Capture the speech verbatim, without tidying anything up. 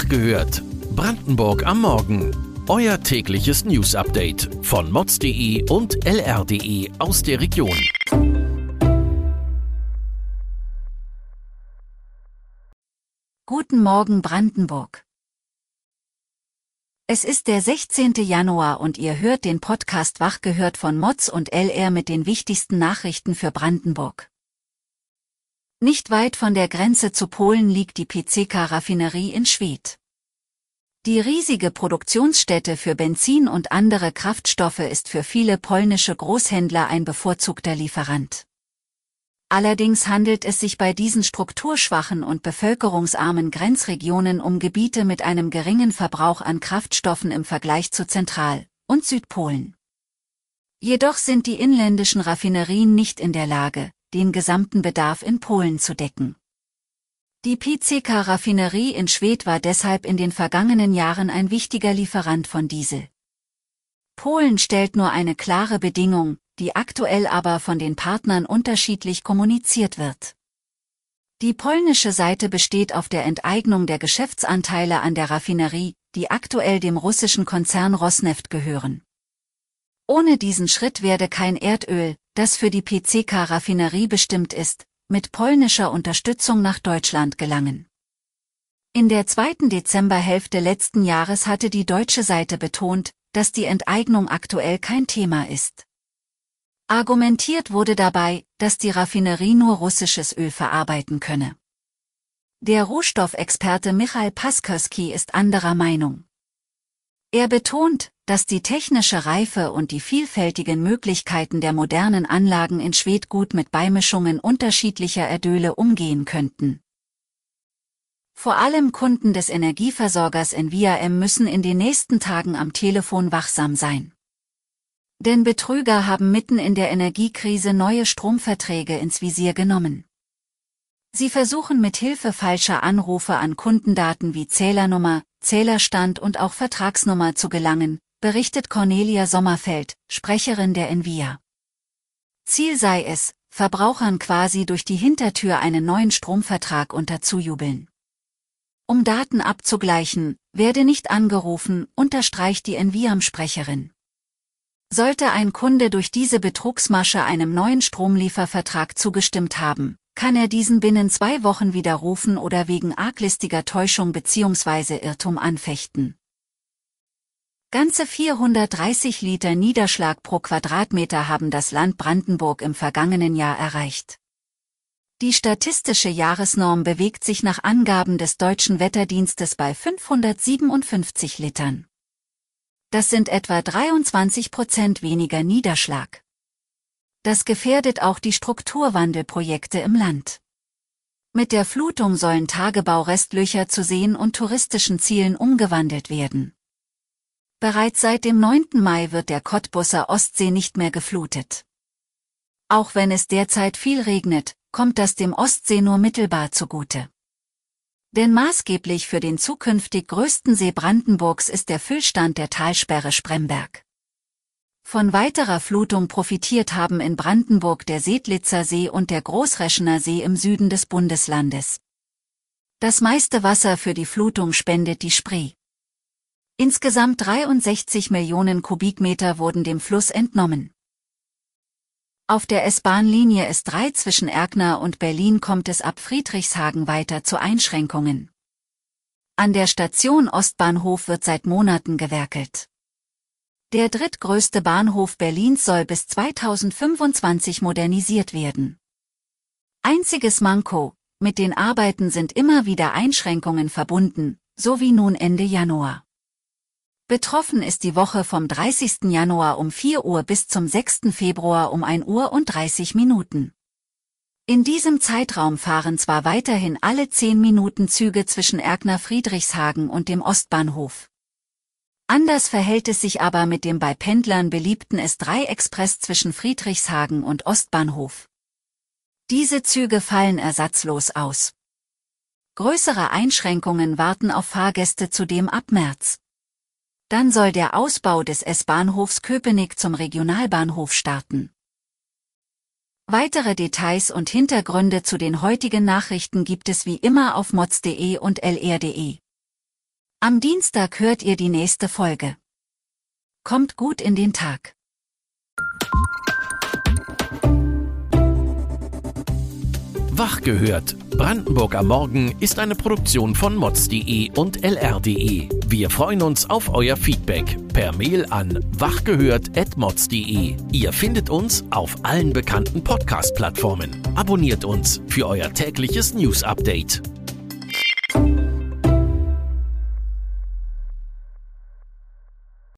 gehört. Brandenburg am Morgen. Euer tägliches News-Update von mods punkt de und l r punkt de aus der Region. Guten Morgen Brandenburg. Es ist der sechzehnte Januar und ihr hört den Podcast Wach gehört von Mods und L R mit den wichtigsten Nachrichten für Brandenburg. Nicht weit von der Grenze zu Polen liegt die P C K-Raffinerie in Schwedt. Die riesige Produktionsstätte für Benzin und andere Kraftstoffe ist für viele polnische Großhändler ein bevorzugter Lieferant. Allerdings handelt es sich bei diesen strukturschwachen und bevölkerungsarmen Grenzregionen um Gebiete mit einem geringen Verbrauch an Kraftstoffen im Vergleich zu Zentral- und Südpolen. Jedoch sind die inländischen Raffinerien nicht in der Lage, den gesamten Bedarf in Polen zu decken. Die P C K-Raffinerie in Schwedt war deshalb in den vergangenen Jahren ein wichtiger Lieferant von Diesel. Polen stellt nur eine klare Bedingung, die aktuell aber von den Partnern unterschiedlich kommuniziert wird. Die polnische Seite besteht auf der Enteignung der Geschäftsanteile an der Raffinerie, die aktuell dem russischen Konzern Rosneft gehören. Ohne diesen Schritt werde kein Erdöl, das für die P C K-Raffinerie bestimmt ist, mit polnischer Unterstützung nach Deutschland gelangen. In der zweiten Dezemberhälfte letzten Jahres hatte die deutsche Seite betont, dass die Enteignung aktuell kein Thema ist. Argumentiert wurde dabei, dass die Raffinerie nur russisches Öl verarbeiten könne. Der Rohstoffexperte Michal Paskorski ist anderer Meinung. Er betont, dass die technische Reife und die vielfältigen Möglichkeiten der modernen Anlagen in Schwedt gut mit Beimischungen unterschiedlicher Erdöle umgehen könnten. Vor allem Kunden des Energieversorgers Enviam müssen in den nächsten Tagen am Telefon wachsam sein. Denn Betrüger haben mitten in der Energiekrise neue Stromverträge ins Visier genommen. Sie versuchen mit Hilfe falscher Anrufe an Kundendaten wie Zählernummer, Zählerstand und auch Vertragsnummer zu gelangen, berichtet Cornelia Sommerfeld, Sprecherin der Envia. Ziel sei es, Verbrauchern quasi durch die Hintertür einen neuen Stromvertrag unterzujubeln. Um Daten abzugleichen, werde nicht angerufen, unterstreicht die Enviam-Sprecherin. Sollte ein Kunde durch diese Betrugsmasche einem neuen Stromliefervertrag zugestimmt haben, kann er diesen binnen zwei Wochen widerrufen oder wegen arglistiger Täuschung bzw. Irrtum anfechten. Ganze vierhundertdreißig Liter Niederschlag pro Quadratmeter haben das Land Brandenburg im vergangenen Jahr erreicht. Die statistische Jahresnorm bewegt sich nach Angaben des Deutschen Wetterdienstes bei fünfhundertsiebenundfünfzig Litern. Das sind etwa dreiundzwanzig Prozent weniger Niederschlag. Das gefährdet auch die Strukturwandelprojekte im Land. Mit der Flutung sollen Tagebaurestlöcher zu Seen und touristischen Zielen umgewandelt werden. Bereits seit dem neunten Mai wird der Cottbuser Ostsee nicht mehr geflutet. Auch wenn es derzeit viel regnet, kommt das dem Ostsee nur mittelbar zugute. Denn maßgeblich für den zukünftig größten See Brandenburgs ist der Füllstand der Talsperre Spremberg. Von weiterer Flutung profitiert haben in Brandenburg der Sedlitzer See und der Großreschener See im Süden des Bundeslandes. Das meiste Wasser für die Flutung spendet die Spree. Insgesamt dreiundsechzig Millionen Kubikmeter wurden dem Fluss entnommen. Auf der S-Bahn-Linie S drei zwischen Erkner und Berlin kommt es ab Friedrichshagen weiter zu Einschränkungen. An der Station Ostbahnhof wird seit Monaten gewerkelt. Der drittgrößte Bahnhof Berlins soll bis zweitausendfünfundzwanzig modernisiert werden. Einziges Manko: mit den Arbeiten sind immer wieder Einschränkungen verbunden, so wie nun Ende Januar. Betroffen ist die Woche vom dreißigsten Januar um vier Uhr bis zum sechsten Februar um ein Uhr und dreißig Minuten. In diesem Zeitraum fahren zwar weiterhin alle zehn Minuten Züge zwischen Erkner-Friedrichshagen und dem Ostbahnhof. Anders verhält es sich aber mit dem bei Pendlern beliebten S drei Express zwischen Friedrichshagen und Ostbahnhof. Diese Züge fallen ersatzlos aus. Größere Einschränkungen warten auf Fahrgäste zudem ab März. Dann soll der Ausbau des S-Bahnhofs Köpenick zum Regionalbahnhof starten. Weitere Details und Hintergründe zu den heutigen Nachrichten gibt es wie immer auf mods punkt de und l r punkt de. Am Dienstag hört ihr die nächste Folge. Kommt gut in den Tag. Wach gehört. Brandenburg am Morgen ist eine Produktion von mods punkt de und l r punkt de. Wir freuen uns auf euer Feedback per Mail an wachgehört at mods punkt de. Ihr findet uns auf allen bekannten Podcast-Plattformen. Abonniert uns für euer tägliches News-Update.